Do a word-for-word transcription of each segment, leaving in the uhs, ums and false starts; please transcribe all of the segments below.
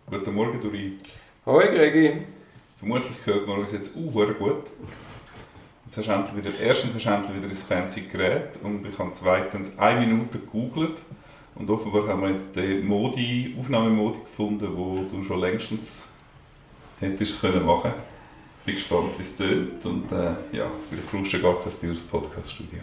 Guten Morgen, Duri. Hoi, Gregi. Vermutlich hört man uns jetzt auch sehr gut. Jetzt hast du endlich wieder, erstens hast du endlich wieder ein fancy Gerät und ich habe zweitens eine Minute gegoogelt und offenbar haben wir jetzt den Modi, Aufnahmemodi gefunden, den du schon längstens hättest können machen. Ich bin gespannt, wie es tönt und äh, ja, vielleicht brauchst du gar kein teures Podcast-Studio.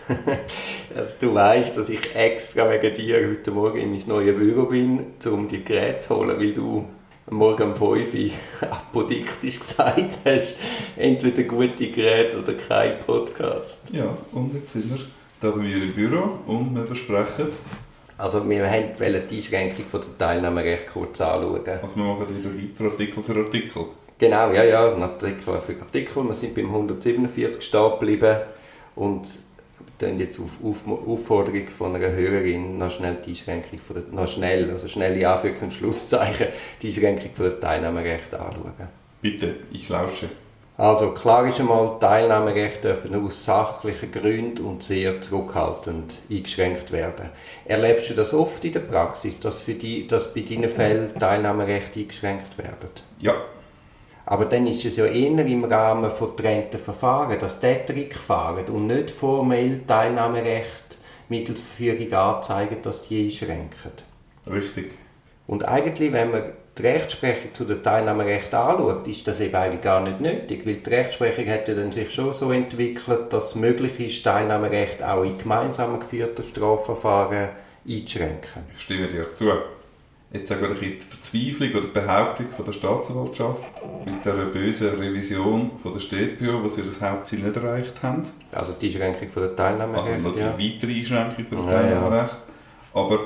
Also, du weißt, dass ich extra wegen dir heute Morgen in mein neues Büro bin, um die Geräte zu holen, weil du am Morgen um fünf Uhr apodiktisch gesagt hast, entweder gute Geräte oder kein Podcast. Ja, und jetzt sind wir da bei mir im Büro und wir besprechen. Also wir wollten die Einschränkung der Teilnehmer recht kurz anschauen. Also wir machen wieder weiter Artikel für Artikel. Genau, ja, ja, Artikel für Artikel. Wir sind beim hundertsiebenundvierzig stehen geblieben und dann jetzt auf, auf Aufforderung von einer Hörerin noch schnell die Einschränkung von der, noch schnell, also schnelle Anführungs- und Schlusszeichen, die Einschränkung von der Teilnahmerechte anschauen. Bitte, ich lausche. Also klar ist einmal, Teilnahmerechte dürfen nur aus sachlichen Gründen und sehr zurückhaltend eingeschränkt werden. Erlebst du das oft in der Praxis, dass, für die, dass bei deinen Fällen Teilnahmerechte eingeschränkt werden? Ja. Aber dann ist es ja eher im Rahmen von getrennten Verfahren, dass der Trick fahren und nicht formell Teilnahmerecht mittels Verfügung anzeigen, dass die einschränken. Richtig. Und eigentlich, wenn man die Rechtsprechung zu den Teilnahmerechten anschaut, ist das eben eigentlich gar nicht nötig, weil die Rechtsprechung hat ja dann sich schon so entwickelt, dass es möglich ist, Teilnahmerecht auch in gemeinsam geführten Strafverfahren einzuschränken. Ich stimme dir zu. Jetzt sage ich die Verzweiflung oder die Behauptung von der Staatsanwaltschaft mit dieser bösen Revision von der StPO, wo sie das Hauptziel nicht erreicht haben. Also die Einschränkung von der Teilnahmerechte, Also noch die ja. weitere Einschränkung von der Ja, Teilnahmerechte. Ja. Aber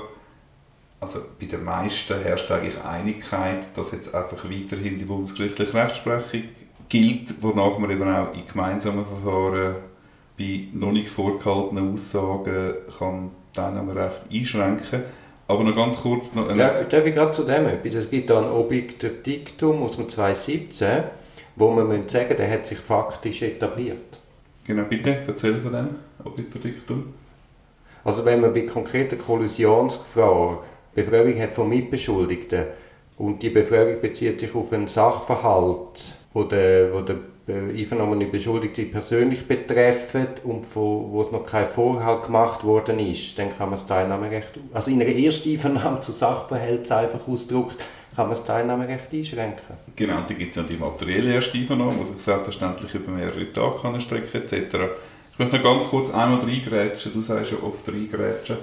also bei den meisten herrscht eigentlich Einigkeit, dass jetzt einfach weiterhin die bundesgerichtliche Rechtsprechung gilt, wonach man eben auch in gemeinsamen Verfahren bei noch nicht vorgehaltenen Aussagen kann Teilnahmerecht einschränken kann. Aber noch ganz kurz noch... Eine Darf, darf ich gerade zu dem etwas? Es gibt da ein Objektdiktum aus dem zweitausendsiebzehn, wo man sagen muss, der hat sich faktisch etabliert. Genau, bitte, erzähl von dem Objektdiktum. Also wenn man bei konkreter Kollusionsfrage Befragung hat von Mitbeschuldigten und die Befragung bezieht sich auf einen Sachverhalt, wo der, wo der einvernommene Beschuldigte persönlich betreffen und wo, wo es noch kein Vorhalt gemacht worden ist, dann kann man das Teilnahmerecht, also in einer ersten Einvernahme zu Sachverhalten einfach ausgedrückt, kann man das Teilnahmerecht einschränken. Genau, da gibt es noch die materielle erste Einvernahme, die sich selbstverständlich über mehrere Tage kann erstrecken et cetera. Ich möchte noch ganz kurz einmal reingrätschen, du sagst ja oft reingrätschen.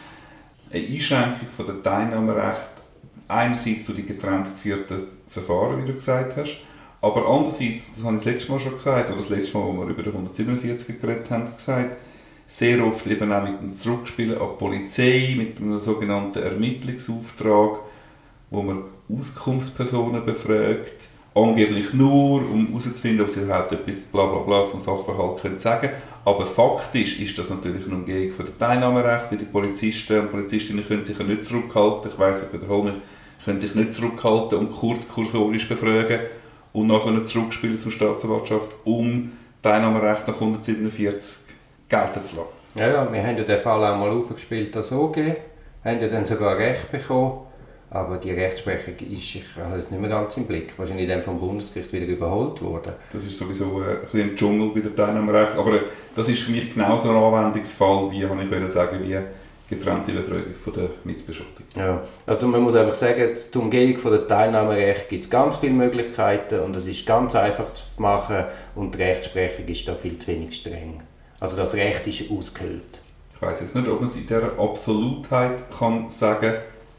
Eine Einschränkung von der Teilnahmerecht einerseits durch die getrennt geführten Verfahren, wie du gesagt hast, aber andererseits, das habe ich das letzte Mal schon gesagt, oder das letzte Mal, als wir über den hundertsiebenundvierzig geredet haben, gesagt, sehr oft eben auch mit dem Zurückspielen an die Polizei, mit einem sogenannten Ermittlungsauftrag, wo man Auskunftspersonen befragt, angeblich nur, um herauszufinden, ob sie überhaupt etwas bla bla bla zum Sachverhalt können sagen. Aber faktisch ist das natürlich eine Umgehung von der Teilnahmerecht, weil die Polizisten und Polizistinnen können sich ja nicht zurückhalten, ich weiss, ich wiederhole mich, können sich nicht zurückhalten und kurz kursorisch befragen und nachher zurückspielen zur Staatsanwaltschaft, um Teilnahmerecht nach hundertsiebenundvierzig gelten zu lassen. Ja, ja, wir haben ja den Fall auch mal aufgespielt, das O G, haben ja dann sogar Recht bekommen, aber die Rechtsprechung ist, ich habe es nicht mehr ganz im Blick, wahrscheinlich dann vom Bundesgericht wieder überholt worden. Das ist sowieso ein bisschen ein Dschungel bei der Teilnahmerecht, aber das ist für mich genauso ein Anwendungsfall, wie, habe ich sagen, wie getrennte Befragung von der Mitbeschuldigten. Ja, also man muss einfach sagen, die Umgehung von der Teilnahmerecht gibt es ganz viele Möglichkeiten und es ist ganz einfach zu machen und die Rechtsprechung ist da viel zu wenig streng. Also das Recht ist ausgehöhlt. Ich weiss jetzt nicht, ob man es in dieser Absolutheit kann sagen,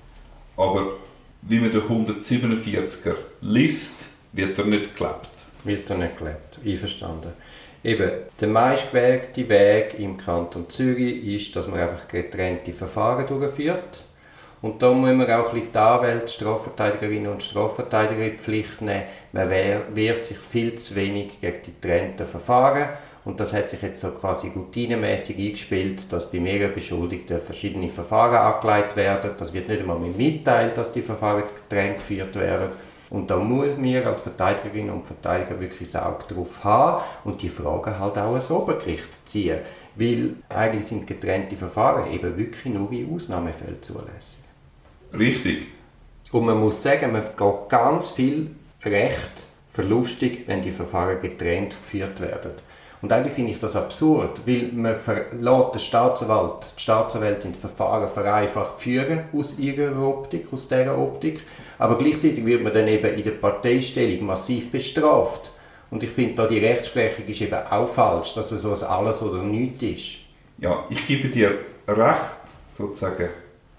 aber wie man den hundertsiebenundvierziger liest, wird er nicht gelebt. Wird er nicht gelebt, einverstanden. Eben, der meistgewählte Weg im Kanton Zürich ist, dass man einfach getrennte Verfahren durchführt. Und da muss man auch ein bisschen die Anwälte, Strafverteidigerinnen und Strafverteidiger in die Pflicht nehmen. Man wehrt sich viel zu wenig gegen die getrennten Verfahren. Und das hat sich jetzt so quasi routinemäßig eingespielt, dass bei mehreren Beschuldigten verschiedene Verfahren angelegt werden. Das wird nicht einmal mehr mitteilt, dass die Verfahren getrennt geführt werden. Und da muss man als Verteidigerinnen und Verteidiger wirklich das Auge drauf haben und die Fragen halt auch ans Obergericht ziehen. Weil eigentlich sind getrennte Verfahren eben wirklich nur in Ausnahmefällen zulässig. Richtig. Und man muss sagen, man geht ganz viel Recht verlustig, wenn die Verfahren getrennt geführt werden. Und eigentlich finde ich das absurd, weil man lässt den Staatsanwalt, die Staatsanwältin die Verfahren vereinfacht führen aus ihrer Optik, aus dieser Optik, aber gleichzeitig wird man dann eben in der Parteistellung massiv bestraft. Und ich finde, da die Rechtsprechung ist eben auch falsch, dass es so ein Alles oder Nichts ist. Ja, ich gebe dir recht, sozusagen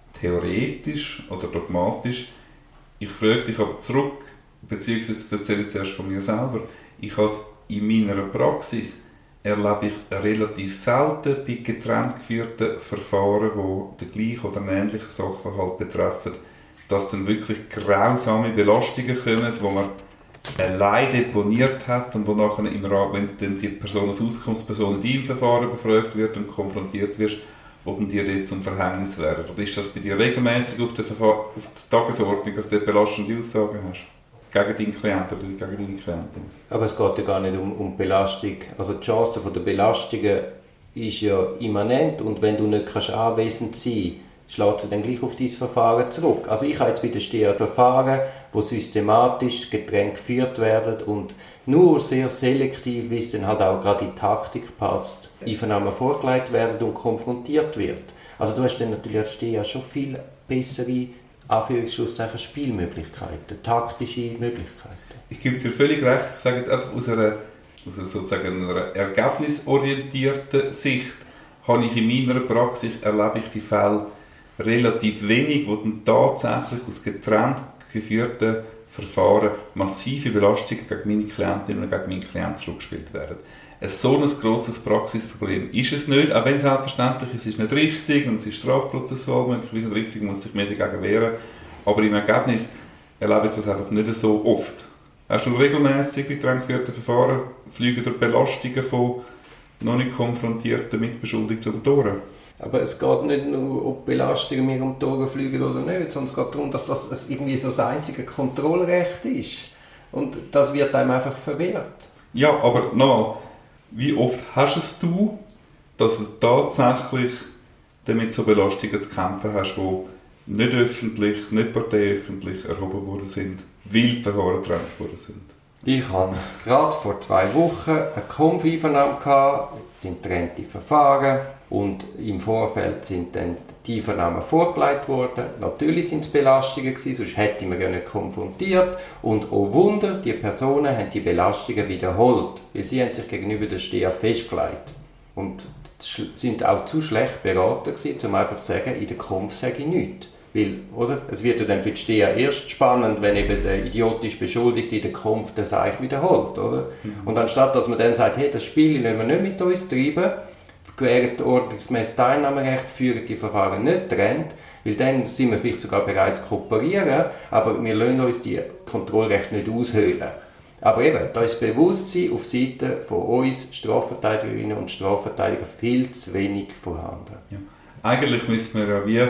theoretisch oder dogmatisch. Ich frage dich aber zurück, beziehungsweise erzähle ich zuerst von mir selber. Ich habe es in meiner Praxis erlebe ich es relativ selten bei getrennt geführten Verfahren, die den gleichen oder einen ähnlichen Sachverhalt betreffen, dass dann wirklich grausame Belastungen kommen, die man allein deponiert hat und wo nachher im Rat, wenn dann die Person als Auskunftsperson in deinem Verfahren befragt wird und konfrontiert wird, wo dann dir dort zum Verhängnis wäre. Oder ist das bei dir regelmäßig auf der, Verfahr- auf der Tagesordnung, dass du belastende Aussagen hast? Gegen deinen Klienten oder gegen deine Klientin? Aber es geht ja gar nicht um, um Belastung. Also die Chance der Belastungen ist ja immanent und wenn du nicht kannst anwesend sein kannst, schlägt sie dann gleich auf dein Verfahren zurück. Also ich habe jetzt bei der Steher Verfahren, die systematisch getrennt geführt werden und nur sehr selektiv, wie es dann halt auch gerade in die Taktik passt, Einvernahmen vorgelegt werden und konfrontiert wird. Also du hast dann natürlich als Steher schon viel bessere Anführungsschlusszeichen Spielmöglichkeiten, taktische Möglichkeiten. Ich gebe dir völlig recht. Ich sage jetzt einfach aus einer, aus einer, sozusagen einer ergebnisorientierten Sicht, habe ich in meiner Praxis erlebe ich die Fälle relativ wenig, wo dann tatsächlich aus getrennt geführten Verfahren massive Belastungen gegen meine Klientinnen und gegen meinen Klienten zurückgespielt werden. Ein so ein grosses Praxisproblem ist es nicht, auch wenn selbstverständlich es ist nicht richtig und es ist strafprozessual möglicherweise nicht richtig, muss sich mehr dagegen wehren, aber im Ergebnis erlebe ich das einfach nicht so oft. Hast du regelmäßig bei getrennt geführten Verfahren fliegen durch Belastungen von noch nicht konfrontierten Mitbeschuldigten um die Ohren? Aber es geht nicht nur, ob Belastungen mir um die Ohren fliegen oder nicht, sondern es geht darum, dass das irgendwie so das einzige Kontrollrecht ist. Und das wird einem einfach verwehrt. Ja, aber nochmal, wie oft hast du, dass du tatsächlich damit so Belastungen zu kämpfen hast, die nicht öffentlich, nicht parteiöffentlich erhoben worden sind, weil die Verfahren getrennt worden sind? Ich hatte gerade vor zwei Wochen eine Konf-Einvernahme gehabt, die getrennte Verfahren, und im Vorfeld sind dann die Einvernahmen vorgelegt worden. Natürlich waren es Belastungen gewesen, sonst hätte man ja nicht konfrontiert. Und oh Wunder, die Personen haben die Belastungen wiederholt, weil sie haben sich gegenüber der Steher festgelegt. Und sind auch zu schlecht beraten gewesen, um einfach zu sagen, in der Konf sage ich nichts. Weil, oder? Es wird ja dann für die Steher erst spannend, wenn eben der idiotisch Beschuldigte in der Konf das eigentlich wiederholt. Oder? Mhm. Und anstatt dass man dann sagt, hey, das Spiel lassen wir nicht mit uns treiben, gewähren ordnungsgemäß Teilnahmerecht, führen die Verfahren nicht getrennt, weil dann sind wir vielleicht sogar bereit zu kooperieren, aber wir lassen uns die Kontrollrechte nicht aushöhlen. Aber eben, da ist das Bewusstsein auf Seite von uns Strafverteidigerinnen und Strafverteidiger viel zu wenig vorhanden. Ja. Eigentlich müssen wir ja wie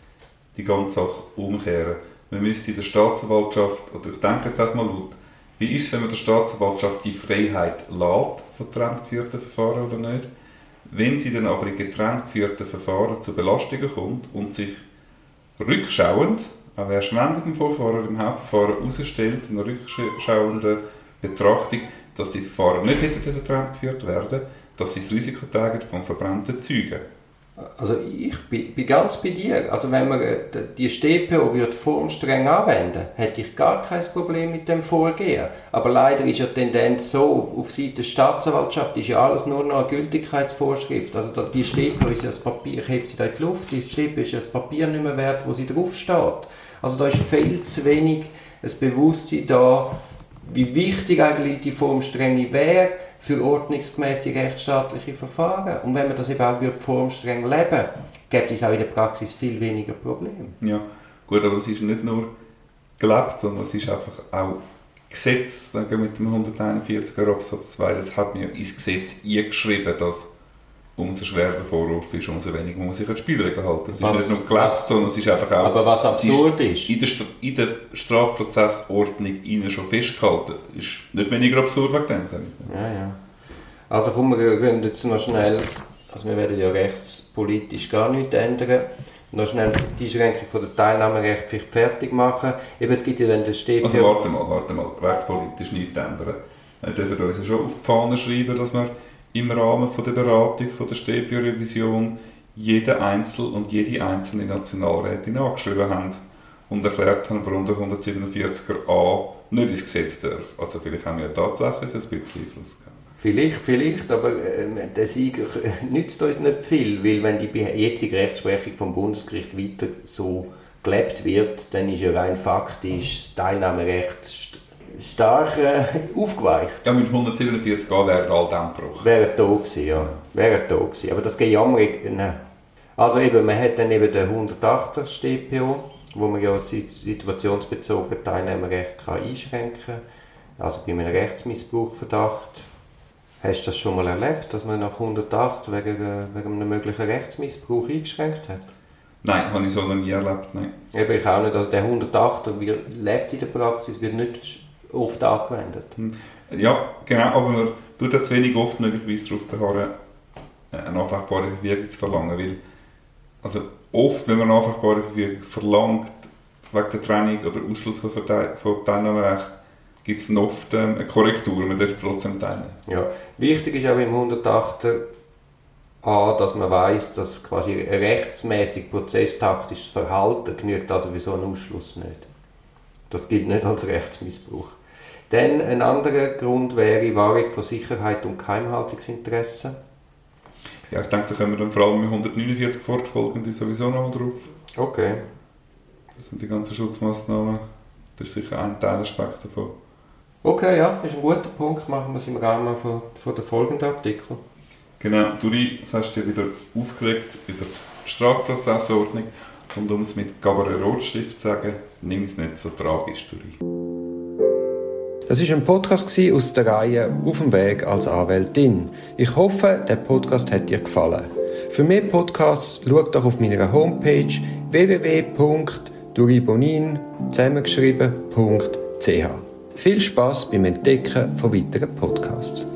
die ganze Sache umkehren. Man müsste der Staatsanwaltschaft, oder ich denke jetzt auch mal laut, wie ist es, wenn man der Staatsanwaltschaft die Freiheit lässt, von getrennt geführten Verfahren oder nicht? Wenn sie dann aber in getrennt geführten Verfahren zu Belastungen kommt und sich rückschauend, auch erst am Ende des Verfahrens, im Hauptverfahren herausstellt, in einer rückschauenden Betrachtung, dass die Verfahren nicht hätten getrennt geführt werden, dass sie das Risiko tragen von verbrannten Zeugen. Also ich bin, bin ganz bei dir. Also wenn man die S t P O würde formstreng anwenden, hätte ich gar kein Problem mit dem Vorgehen. Aber leider ist ja die Tendenz so, auf Seite der Staatsanwaltschaft ist ja alles nur noch eine Gültigkeitsvorschrift. Also die S t P O ist ja das Papier, ich hebe sie da in die Luft, die S t P O ist ja das Papier nicht mehr wert, wo sie draufsteht. Also da ist viel zu wenig ein Bewusstsein da, wie wichtig eigentlich die Formstrenge wäre für ordnungsgemäße rechtsstaatliche Verfahren. Und wenn man das eben auch formstreng leben würde, gäbe es auch in der Praxis viel weniger Probleme. Ja, gut, aber das ist nicht nur gelebt, sondern es ist einfach auch Gesetz, mit dem hunderteinundvierziger Absatz zwei, das hat mir ins Gesetz eingeschrieben, dass umso schwerer der Vorwurf ist, umso weniger muss sich an die Spielregeln halten. Es ist was, nicht nur gelebt, was, sondern es ist einfach auch... Aber was absurd ist... In der, in der Strafprozessordnung innen schon festgehalten. Ist nicht weniger absurd wegen dem, sage ich. Ja, ja. Also kommen wir gehen jetzt noch schnell... Also wir werden ja rechtspolitisch gar nichts ändern. noch schnell die Einschränkung von der Teilnahmerecht vielleicht fertig machen. Eben, es gibt ja dann das Step. Also warte mal, warte mal, rechtspolitisch nichts ändern. Wir dürfen uns ja schon auf die Fahne schreiben, dass wir im Rahmen von der Beratung von der Stepio-Revision jeden Einzel- und jede einzelne Nationalrätin angeschrieben haben und erklärt haben, warum der hundertsiebenundvierziger a nicht ins Gesetz darf. Also vielleicht haben wir ja tatsächlich ein bisschen Einfluss gehabt. Vielleicht, vielleicht, aber äh, der Sieg nützt uns nicht viel, weil wenn die jetzige Rechtsprechung vom Bundesgericht weiter so gelebt wird, dann ist ja rein faktisch das Teilnahmerecht st- stark äh, aufgeweicht. Ja, mit hundertsiebenundvierzig a wäre all dem gebrochen. Wäre da gewesen, ja. Wäre da gewesen. Aber das Gejammer, nein. Also eben, man hat dann eben den hundertachter S T P O, wo man ja situationsbezogen Teilnehmerrecht kann einschränken kann. Also bei einem Rechtsmissbrauchverdacht. Hast du das schon mal erlebt, dass man nach hundertacht wegen, wegen einem möglichen Rechtsmissbrauch eingeschränkt hat? Nein, habe ich so noch nie erlebt, nein. Eben, ich auch nicht. Also der hundertachter wird, lebt in der Praxis, wird nicht oft angewendet. Ja, genau, aber man tut ja zu wenig oft möglicherweise darauf beharren, eine anfechtbare Verfügung zu verlangen, weil also oft, wenn man eine anfechtbare Verfügung verlangt, wegen der Trennung oder Ausschluss von, Verte- von Teilnahmerecht, gibt es oft ähm, eine Korrektur, man darf trotzdem teilnehmen. Ja. Wichtig ist auch im hundertachter A, dass man weiss, dass quasi ein rechtsmäßig prozesstaktisches Verhalten genügt also für so einen Ausschluss nicht. Das gilt nicht als Rechtsmissbrauch. Dann ein anderer Grund wäre Wahrung von Sicherheit und Geheimhaltungsinteressen. Ja, ich denke, da kommen wir dann vor allem mit hundertneunundvierzig fortfolgende sowieso noch mal drauf. Okay. Das sind die ganzen Schutzmaßnahmen. Das ist sicher ein Teilaspekt davon. Okay, ja, das ist ein guter Punkt. Machen wir es im Rahmen von, von der folgenden Artikel. Genau, Duri, das hast du ja wieder aufgeregt über die Strafprozessordnung. Und um es mit Gabaret-Rotstift zu sagen, nimm es nicht so tragisch, Duri. Das war ein Podcast aus der Reihe «Auf dem Weg als Anwältin». Ich hoffe, der Podcast hat dir gefallen. Für mehr Podcasts schau doch auf meiner Homepage w w w punkt duribonin zusammengeschrieben punkt c h. Viel Spass beim Entdecken von weiteren Podcasts.